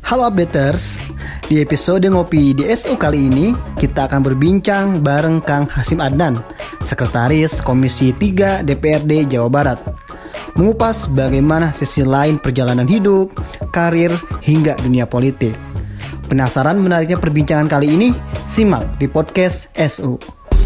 Halo updaters, di episode Ngopi di SU kali ini kita akan berbincang bareng Kang Hasyim Adnan, Sekretaris Komisi 3 DPRD Jawa Barat, mengupas bagaimana sisi lain perjalanan hidup, karir, hingga dunia politik. Penasaran menariknya perbincangan kali ini? Simak di podcast SU.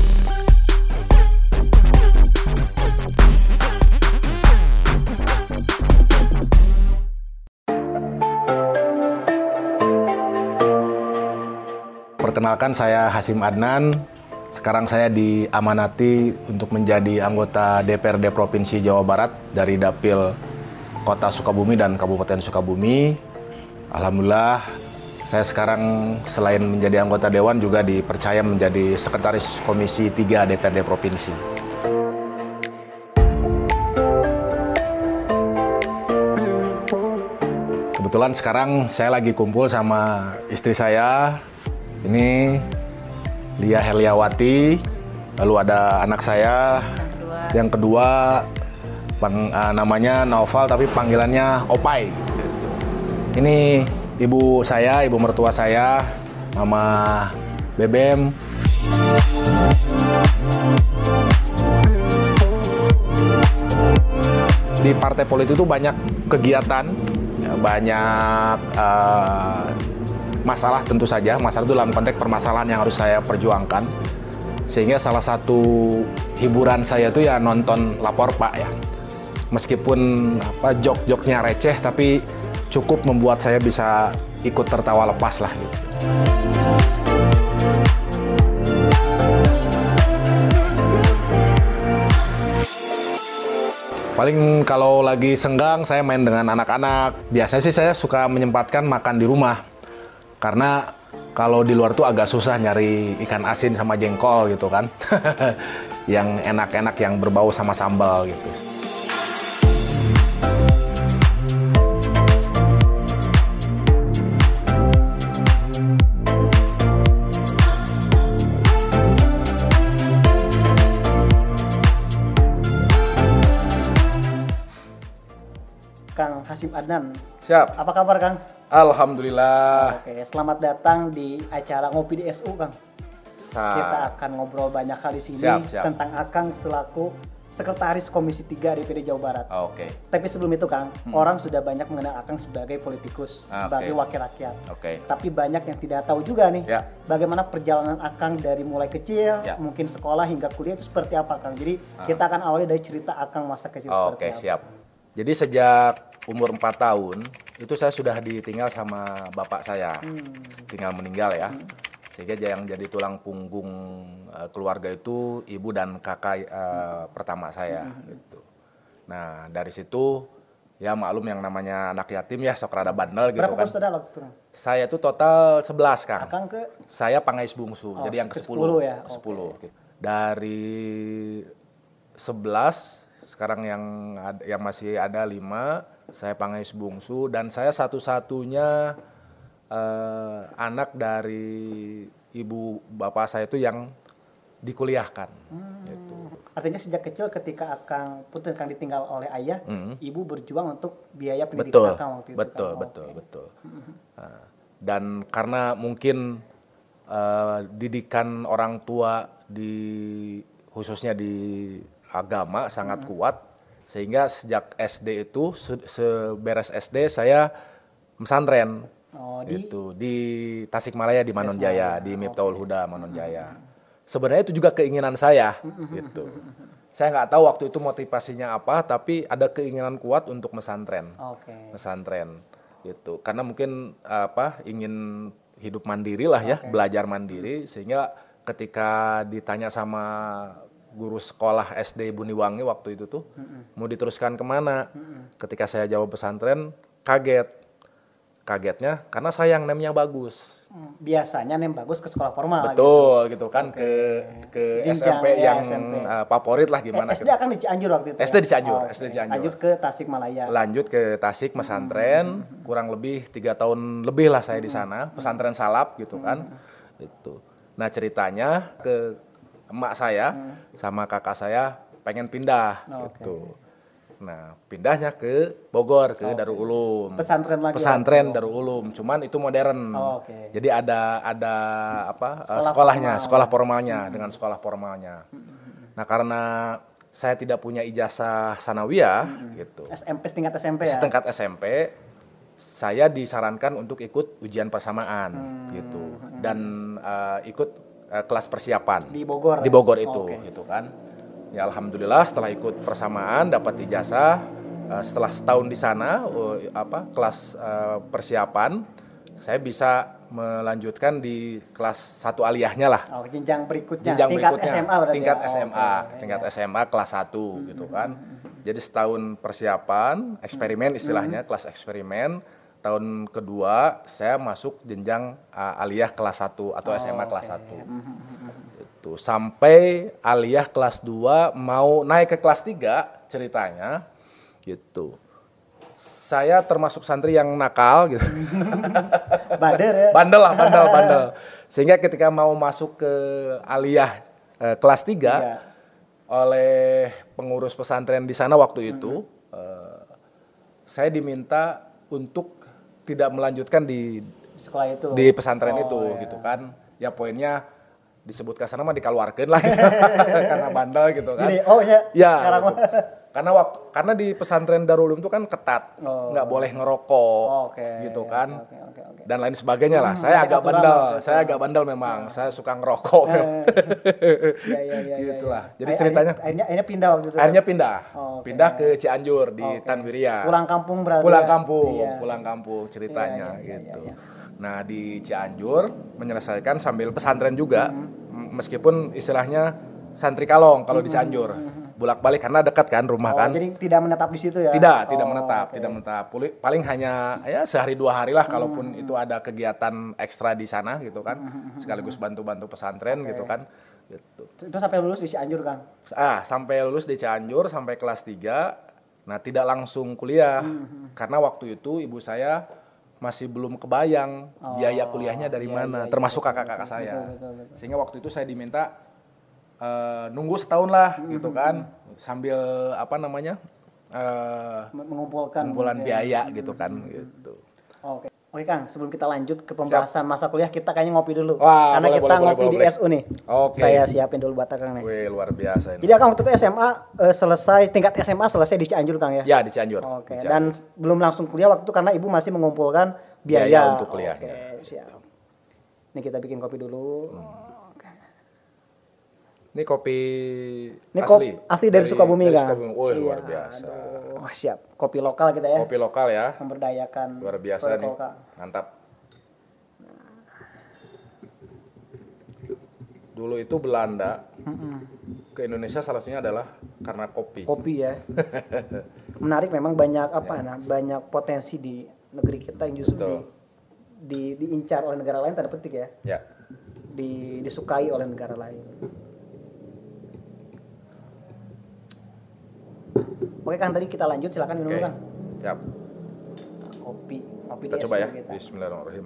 Perkenalkan, saya Hasyim Adnan. Sekarang saya diamanati untuk menjadi anggota DPRD Provinsi Jawa Barat dari Dapil Kota Sukabumi dan Kabupaten Sukabumi. Alhamdulillah, saya sekarang selain menjadi anggota Dewan juga dipercaya menjadi Sekretaris Komisi 3 DPRD Provinsi. Kebetulan sekarang saya lagi kumpul sama istri saya. Ini Lia Herliawati, lalu ada anak saya yang kedua namanya Naufal tapi panggilannya Opai. Ini ibu saya, ibu mertua saya, Mama Bebem. Di partai politik itu banyak kegiatan, banyak masalah tentu saja. Masalah itu dalam konteks permasalahan yang harus saya perjuangkan. Sehingga salah satu hiburan saya itu ya nonton Lapor Pak ya. Meskipun jok-joknya receh tapi cukup membuat saya bisa ikut tertawa lepas lah gitu. Paling kalau lagi senggang saya main dengan anak-anak. Biasanya sih saya suka menyempatkan makan di rumah. Karena kalau di luar tuh agak susah nyari ikan asin sama jengkol gitu kan. Yang enak-enak, yang berbau sama sambal gitu. Kang Hasyim Adnan. Siap. Apa kabar, Kang? Alhamdulillah. Oke, selamat datang di acara Ngopi di SU, Kang. Kita akan ngobrol banyak hal di sini tentang Akang selaku Sekretaris Komisi 3 DPRD Jawa Barat. Oke. Tapi sebelum itu, Kang, orang sudah banyak mengenal Akang sebagai politikus, sebagai wakil rakyat. Oke. Tapi banyak yang tidak tahu juga nih, bagaimana perjalanan Akang dari mulai kecil, mungkin sekolah hingga kuliah itu seperti apa, Kang. Jadi kita akan awali dari cerita Akang masa kecil seperti apa. Oke, siap. Jadi sejak umur 4 tahun itu saya sudah ditinggal sama bapak saya, tinggal meninggal ya. Sehingga yang jadi tulang punggung keluarga itu ibu dan kakak pertama saya gitu. Nah dari situ ya maklum yang namanya anak yatim ya sok rada bandel gitu. Berapa kan. bersaudara waktu itu? Saya itu total 11 Kang. Akang ke? Saya pangais bungsu, jadi yang ke-10 ya? ke-10. Okay. Dari 11 sekarang yang masih ada 5, saya pangais bungsu dan saya satu-satunya anak dari ibu bapak saya itu yang dikuliahkan. Gitu. Artinya sejak kecil ketika Akang ditinggal oleh ayah, ibu berjuang untuk biaya pendidikan Akang waktu itu. Betul. Dan karena mungkin didikan orang tua khususnya di agama sangat kuat, sehingga sejak SD itu seberes SD saya pesantren di Tasikmalaya di Manonjaya, di Miftahul Huda Manonjaya. Sebenarnya itu juga keinginan saya gitu. Saya nggak tahu waktu itu motivasinya apa, tapi ada keinginan kuat untuk pesantren. Pesantren gitu. Karena mungkin ingin hidup mandiri lah ya, belajar mandiri, sehingga ketika ditanya sama guru sekolah SD Buniwangi waktu itu tuh mau diteruskan kemana, ketika saya jawab pesantren kagetnya karena saya yang nemnya bagus. Biasanya nem bagus ke sekolah formal. Betul gitu kan. Ke SMP yang SMP. Favorit lah gimana. SD akan di Cianjur waktu itu. SD di Cianjur. SD di Cianjur. Lanjut ke Tasikmalaya. Lanjut ke Tasik pesantren, kurang lebih 3 tahun lebih lah saya di sana, pesantren Salap gitu kan. Itu. Nah ceritanya ke emak saya sama kakak saya pengen pindah gitu. Nah, pindahnya ke Bogor ke Darul Ulum. Pesantren lagi. Pesantren Darul Ulum, cuman itu modern. Jadi ada sekolah formalnya dengan sekolah formalnya. Nah, karena saya tidak punya ijazah sanawiyah gitu. Setingkat SMP ya. Setingkat SMP, saya disarankan untuk ikut ujian persamaan gitu dan ikut kelas persiapan di Bogor. Di Bogor itu gitu kan. Ya alhamdulillah setelah ikut persamaan dapat ijazah, setelah setahun di sana kelas persiapan, saya bisa melanjutkan di kelas 1 aliyahnya lah. Jenjang berikutnya. Tingkat SMA berarti. Tingkat SMA kelas 1 gitu kan. Jadi setahun persiapan, eksperimen istilahnya, kelas eksperimen. Tahun kedua saya masuk jenjang aliyah kelas 1 atau SMA kelas 1. Itu sampai aliyah kelas 2 mau naik ke kelas 3 ceritanya gitu. Saya termasuk santri yang nakal gitu. Bandel. Sehingga ketika mau masuk ke aliyah kelas 3 oleh pengurus pesantren di sana waktu itu saya diminta untuk tidak melanjutkan di sekolah itu. Di pesantren itu gitu kan. Ya poinnya disebut kasarnya mah dikeluarkan lah gitu. Karena bandel gitu kan. Ya gitu. Karena di pesantren Darul Ulum itu kan ketat, nggak boleh ngerokok gitu kan. Dan lain sebagainya lah. Saya agak bandel memang. Saya suka ngerokok. Gitulah. Jadi ceritanya akhirnya pindah waktu itu. Akhirnya pindah ke Cianjur di Tanwiria. Pulang kampung berarti. Pulang kampung ceritanya gitu. Nah di Cianjur menyelesaikan sambil pesantren juga, meskipun istilahnya santri kalong kalau di Cianjur, bolak-balik karena dekat kan rumah kan. Jadi tidak menetap di situ ya? Tidak menetap. Paling hanya ya sehari 2 hari lah, kalaupun itu ada kegiatan ekstra di sana gitu kan, sekaligus bantu-bantu pesantren gitu kan. Gitu. Itu sampai lulus di Cianjur kan? Sampai lulus di Cianjur sampai kelas 3. Nah tidak langsung kuliah, karena waktu itu ibu saya masih belum kebayang biaya kuliahnya dari mana, termasuk kakak-kakak saya. Betul. Sehingga waktu itu saya diminta nunggu setahun lah gitu kan, sambil mengumpulkan biaya gitu kan gitu. Oke Kang, sebelum kita lanjut ke pembahasan masa kuliah, kita kayaknya ngopi dulu. Karena kita ngopi di SU nih. Saya siapin dulu buat Kang nih. Wih, luar biasa ini. Jadi Kang waktu itu tingkat SMA selesai di Cianjur Kang ya? Ya, di Cianjur. Oke. Dan belum langsung kuliah waktu itu karena ibu masih mengumpulkan biaya untuk kuliahnya. Oke, siap. Ini kita bikin kopi dulu. Ini kopi asli dari Sukabumi Kang. Oh, luar biasa. Siap. Kopi lokal kita ya. Kopi lokal ya. Memberdayakan. Luar biasa nih. Mantap. Dulu itu Belanda ke Indonesia salah satunya adalah karena kopi. Kopi ya. Menarik memang banyak banyak potensi di negeri kita yang justru diincar oleh negara lain, tanda petik ya. Ya. Disukai oleh negara lain. Oke Kang, tadi kita lanjut, silakan minum dulu Kang. Siap. Kopi kita coba ya. Bismillahirrahmanirrahim.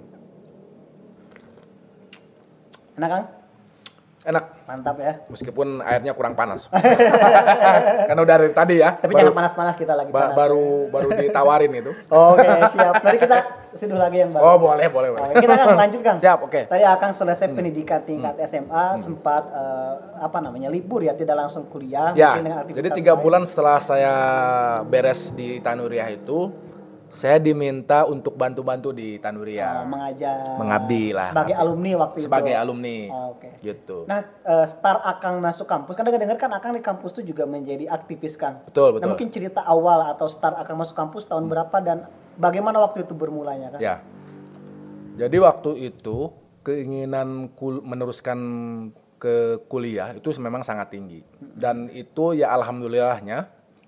Enak Kang? Enak. Mantap ya. Meskipun airnya kurang panas. Karena udah dari tadi ya. Tapi jangan panas-panas, kita lagi panas. Baru ditawarin itu. Oke, siap. Nanti kita seduh lagi yang baru. Boleh. Kita Kang lanjut Kang. Siap, oke. Tadi Akang selesai pendidikan tingkat SMA, sempat libur ya, tidak langsung kuliah. Ya. Jadi 3 bulan setelah saya beres di Tanuriah itu, saya diminta untuk bantu-bantu di Tanuriah. Mengajar. Mengabdi lah. Sebagai alumni waktu itu. Sebagai alumni. Oke. Gitu. Nah, start Akang masuk kampus, kan dengar kan Akang di kampus itu juga menjadi aktivis Kang. Betul. Nah, mungkin cerita awal atau start Akang masuk kampus tahun berapa dan bagaimana waktu itu bermulanya Kang? Ya. Jadi waktu itu keinginan meneruskan ke kuliah itu memang sangat tinggi. Dan itu ya alhamdulillahnya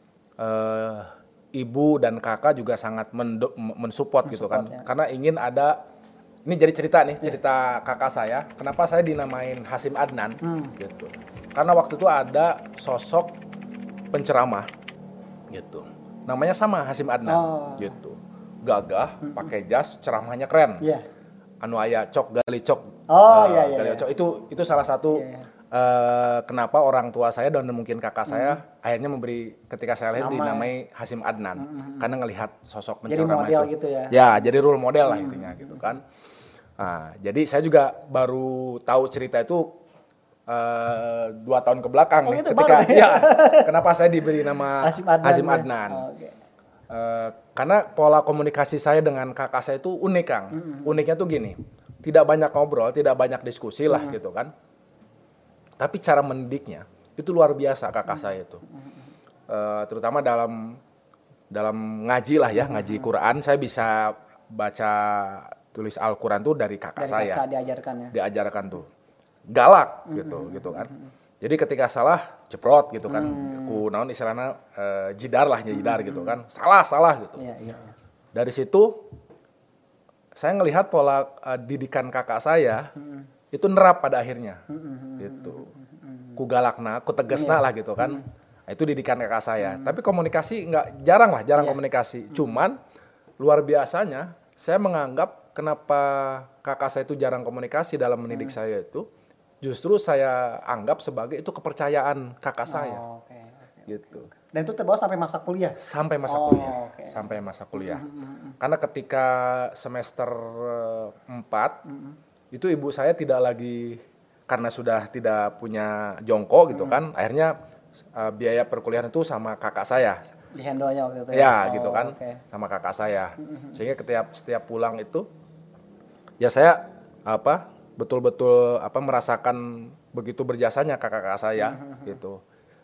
ibu dan kakak juga sangat mensupport gitu kan. Ya. Karena ingin ada, ini jadi cerita kakak saya, kenapa saya dinamain Hasyim Adnan gitu. Karena waktu itu ada sosok penceramah gitu. Namanya sama Hasyim Adnan gitu. Gagah, pakai jas, ceramahnya keren. Yeah. Anu aya cok gali cok. Gali cok itu salah satu kenapa orang tua saya dan mungkin kakak saya akhirnya memberi ketika saya lahir dinamai Hasyim Adnan karena ngelihat sosok jadi pencerama model itu. gitu ya. Ya, jadi role model lah intinya gitu kan. Nah, jadi saya juga baru tahu cerita itu 2 tahun ke belakang nih gitu, ketika baru, ya? Kenapa saya diberi nama Hasyim Adnan. Okay. Karena pola komunikasi saya dengan kakak saya itu unik, Kang. Uniknya tuh gini, tidak banyak ngobrol, tidak banyak diskusi lah gitu kan. Tapi cara mendidiknya itu luar biasa kakak saya itu. Terutama dalam ngaji lah ya, ngaji Quran, saya bisa baca tulis Al-Quran tuh dari kakak saya. Kakak diajarkan ya. Diajarkan tuh. Galak gitu kan. Jadi ketika salah ceprot gitu kan. Ku naon istilahnya jidar lah jidar gitu kan. Salah gitu. Iya. Dari situ saya ngelihat pola didikan kakak saya itu nerap pada akhirnya. Gitu. Ku galakna, ku tegesna lah gitu kan. Nah, itu didikan kakak saya. Tapi komunikasi jarang komunikasi. Cuman luar biasanya saya menganggap kenapa kakak saya itu jarang komunikasi dalam mendidik saya itu. Justru saya anggap sebagai itu kepercayaan kakak saya. Gitu. Dan itu terbawa sampai masa kuliah? Sampai masa kuliah. Sampai masa kuliah. Karena ketika semester 4, itu ibu saya tidak lagi, karena sudah tidak punya jongko gitu kan, akhirnya biaya perkuliahan itu sama kakak saya. Di handle-nya waktu itu ya? Gitu kan, sama kakak saya. Sehingga setiap pulang itu, ya saya betul-betul merasakan begitu berjasanya kakak-kakak saya gitu.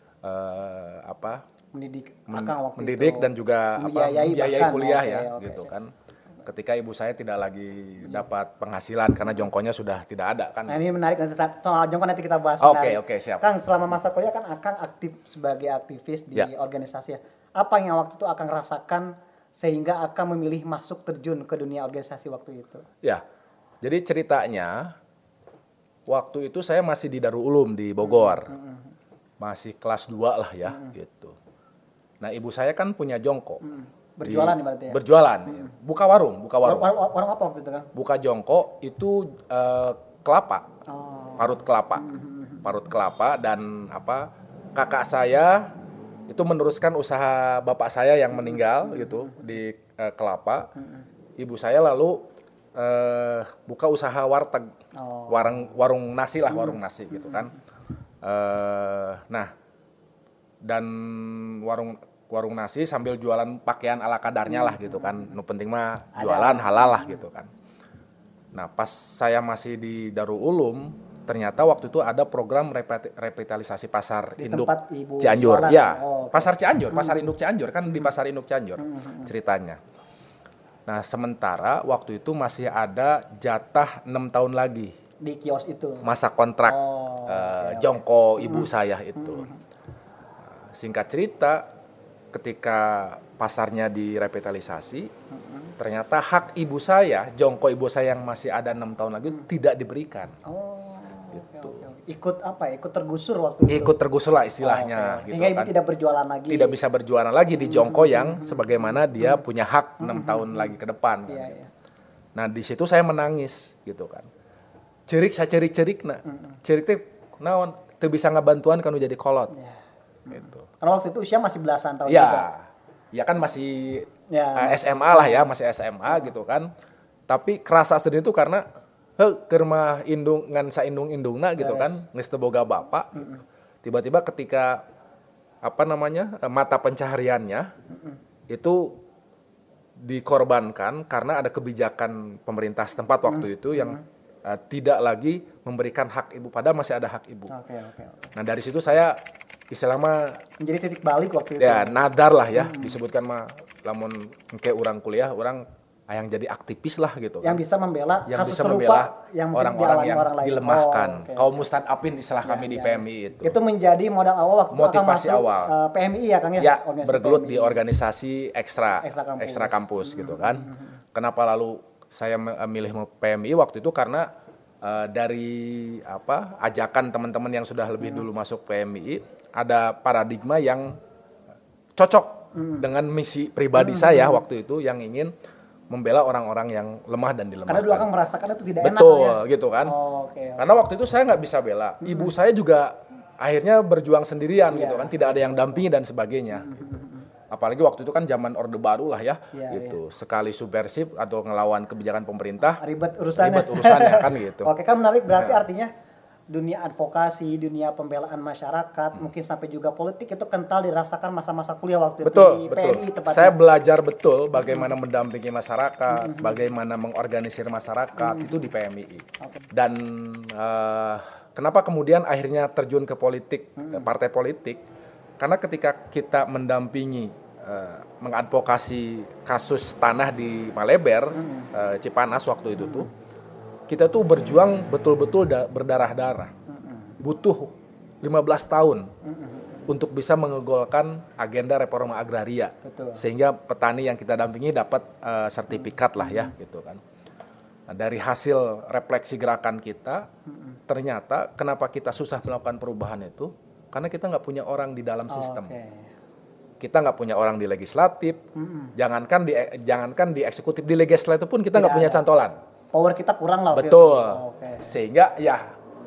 Mendidik dan juga membiayai kuliah gitu kan. Ketika ibu saya tidak lagi dapat penghasilan karena jongkonya sudah tidak ada kan. Nah, ini menarik, soal jongko nanti kita bahas. Oke, siap. Kang, selama masa kuliah kan Akang aktif sebagai aktivis di organisasi ya. Apa yang waktu itu Akang rasakan sehingga Akang memilih masuk terjun ke dunia organisasi waktu itu? Ya, jadi ceritanya waktu itu saya masih di Darul Ulum di Bogor. Masih kelas 2 lah ya gitu. Nah, ibu saya kan punya jongko. Berjualan berarti ya? Berjualan. Buka warung. Warung apa waktu itu kan? Buka jongko itu kelapa. Parut kelapa. Parut kelapa dan kakak saya itu meneruskan usaha bapak saya yang meninggal gitu di kelapa. Ibu saya lalu buka usaha warteg. Warung nasi lah, warung nasi gitu kan. Nah, dan warung nasi sambil jualan pakaian ala kadarnya lah gitu kan. Nu penting mah jualan halal lah gitu kan. Nah, pas saya masih di Darul Ulum, ternyata waktu itu ada program revitalisasi pasar di induk Ibu Cianjur. Jualan. Ya, pasar Cianjur, pasar induk Cianjur kan di pasar induk Cianjur ceritanya. Nah, sementara waktu itu masih ada jatah 6 tahun lagi di kios itu. Masa kontrak jongko ibu saya itu. Singkat cerita, ketika pasarnya direvitalisasi, ternyata hak ibu saya, jongko ibu saya yang masih ada 6 tahun lagi tidak diberikan. Gitu. Ikut tergusur waktu itu. Ikut tergusur lah istilahnya. Gitu sehingga ibu kan. tidak berjualan lagi. Tidak bisa berjualan lagi di jongko yang sebagaimana dia punya hak 6 tahun lagi ke depan. Kan. Nah, di situ saya menangis gitu kan. Cerik teh naon teu bisa ngabantuan kanu jadi kolot. Gitu. Karena waktu itu usia masih belasan tahun juga. Ya kan masih SMA lah ya, masih SMA gitu kan. Tapi kerasa sedih itu karena keur mah indung ngan saindung-indungna gitu kan, geus teu boga bapak. Tiba-tiba ketika mata pencahariannya itu dikorbankan karena ada kebijakan pemerintah setempat waktu itu yang tidak lagi memberikan hak ibu, padahal masih ada hak ibu. Nah, dari situ saya istilahnya menjadi titik balik waktu itu. Ya, nadar lah ya, disebutkan mah lamun engke urang kuliah, urang yang jadi aktivis lah gitu kan. Yang bisa membela yang kasus bisa serupa yang orang-orang yang orang lain. dilemahkan. Kaum mustadafin istilah kami di PMI itu. Itu menjadi modal awal waktu motivasi masuk, awal. PMI ya Kang ya? Ya, bergelut di organisasi ekstra kampus gitu kan. Kenapa lalu saya memilih PMI waktu itu karena dari ajakan teman-teman yang sudah lebih dulu masuk PMI, ada paradigma yang cocok dengan misi pribadi saya waktu itu yang ingin membela orang-orang yang lemah dan dilemahkan. Karena dulu Akang merasakan itu tidak enak. Betul, gitu kan. Okay. Karena waktu itu saya nggak bisa bela. Ibu saya juga akhirnya berjuang sendirian gitu kan, tidak ada yang dampingi dan sebagainya. Apalagi waktu itu kan zaman Orde Baru lah ya, gitu. Sekali subversif atau ngelawan kebijakan pemerintah, ribet urusannya kan gitu. Oke, kan menarik, berarti artinya dunia advokasi, dunia pembelaan masyarakat, mungkin sampai juga politik itu kental dirasakan masa-masa kuliah waktu itu di PMI tepatnya. Saya belajar betul bagaimana mendampingi masyarakat, bagaimana mengorganisir masyarakat itu di PMI. Dan kenapa kemudian akhirnya terjun ke politik, partai politik? Karena ketika kita mendampingi, mengadvokasi kasus tanah di Maleber, Cipanas waktu itu tuh, kita tuh berjuang betul-betul berdarah-darah. Butuh 15 tahun untuk bisa mengegolkan agenda reforma agraria. Betul. Sehingga petani yang kita dampingi dapat sertifikat lah ya gitu kan. Nah, dari hasil refleksi gerakan kita, ternyata kenapa kita susah melakukan perubahan itu? Karena kita nggak punya orang di dalam sistem. Kita nggak punya orang di legislatif, jangankan di eksekutif, di legislatif pun kita nggak punya cantolan. Power kita kurang lah. Betul. Sehingga ya,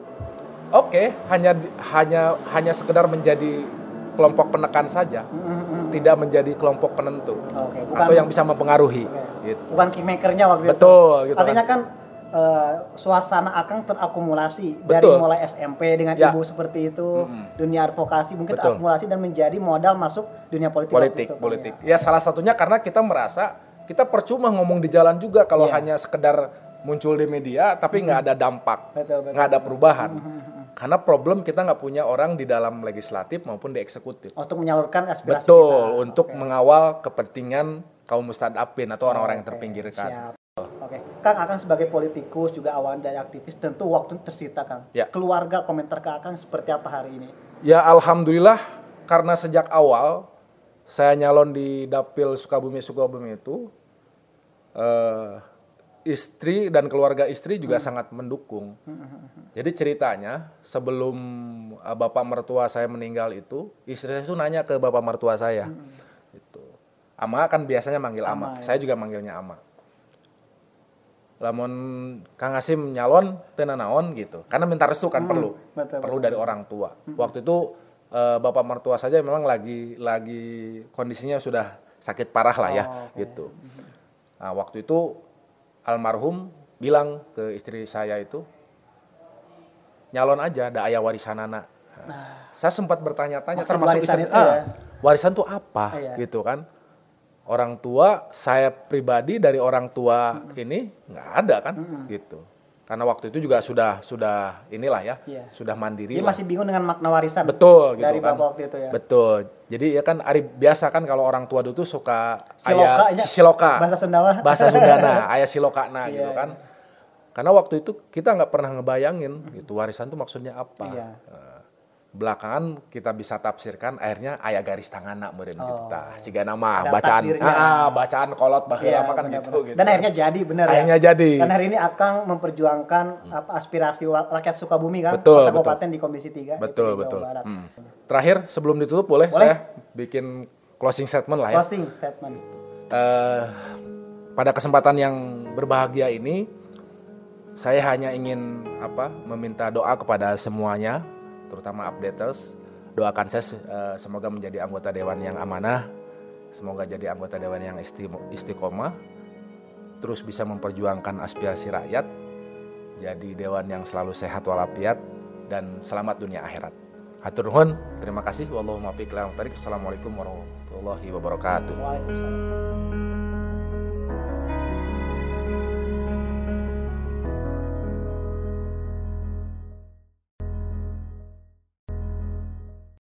hanya sekedar menjadi kelompok penekan saja, tidak menjadi kelompok penentu atau yang bisa mempengaruhi. Gitu. Bukan kingmakernya waktu itu. Betul. Gitu artinya kan suasana Akang terakumulasi dari mulai SMP dengan ibu seperti itu, dunia advokasi mungkin terakumulasi dan menjadi modal masuk dunia politik. Ya salah satunya karena kita merasa kita percuma ngomong di jalan juga kalau hanya sekedar muncul di media tapi nggak ada dampak, nggak ada perubahan. Karena problem kita nggak punya orang di dalam legislatif maupun di eksekutif. Untuk menyalurkan aspirasi kita. Untuk mengawal kepentingan kaum mustadafin atau orang-orang yang terpinggirkan. Siap. Kang, Akang sebagai politikus juga awal dari aktivis tentu waktu tersita, Kang. Keluarga komentar ke Akang seperti apa hari ini? Ya alhamdulillah karena sejak awal saya nyalon di Dapil Sukabumi itu istri dan keluarga istri juga sangat mendukung. Jadi ceritanya sebelum bapak mertua saya meninggal itu, istri saya itu nanya ke bapak mertua saya. Gitu. Ama kan biasanya manggil Ama. Saya juga manggilnya Ama. Lamun Kang Hasim nyalon tenanaon gitu. Karena minta restu kan perlu dari orang tua. Waktu itu bapak mertua saja memang lagi kondisinya sudah sakit parah lah ya gitu. Nah, waktu itu almarhum bilang ke istri saya itu nyalon aja, da aya warisanana. Saya sempat bertanya-tanya termasuk istri warisan itu apa gitu kan. Orang tua saya pribadi dari orang tua ini nggak ada kan gitu. Karena waktu itu juga sudah inilah ya, sudah mandiri. Dia masih bingung dengan makna warisan. Betul gitu dari kan. Bapak waktu itu ya. Betul. Jadi ya kan biasa kan kalau orang tua dulu tuh suka siloka. Bahasa Sundana, aya silokana gitu kan. Karena waktu itu kita nggak pernah ngebayangin gitu warisan tuh maksudnya apa. Belakangan kita bisa tafsirkan akhirnya aya garis tanganna meureun gitu tah. Siga nama bacaan kolot baheula kan gitu. Dan akhirnya jadi benar jadi. Dan hari ini Akang memperjuangkan aspirasi rakyat Sukabumi kan, Kota Kabupaten di Komisi 3 betul. Terakhir sebelum ditutup boleh saya bikin closing statement lah ya. Closing statement. Pada kesempatan yang berbahagia ini saya hanya ingin meminta doa kepada semuanya, terutama updaters. Doakan saya semoga menjadi anggota dewan yang amanah, semoga jadi anggota dewan yang istiqomah, terus bisa memperjuangkan aspirasi rakyat, jadi dewan yang selalu sehat walafiat, dan selamat dunia akhirat. Hatur nuhun, terima kasih. Wallahumma fiq. Assalamualaikum warahmatullahi wabarakatuh. Waalaikumsalam.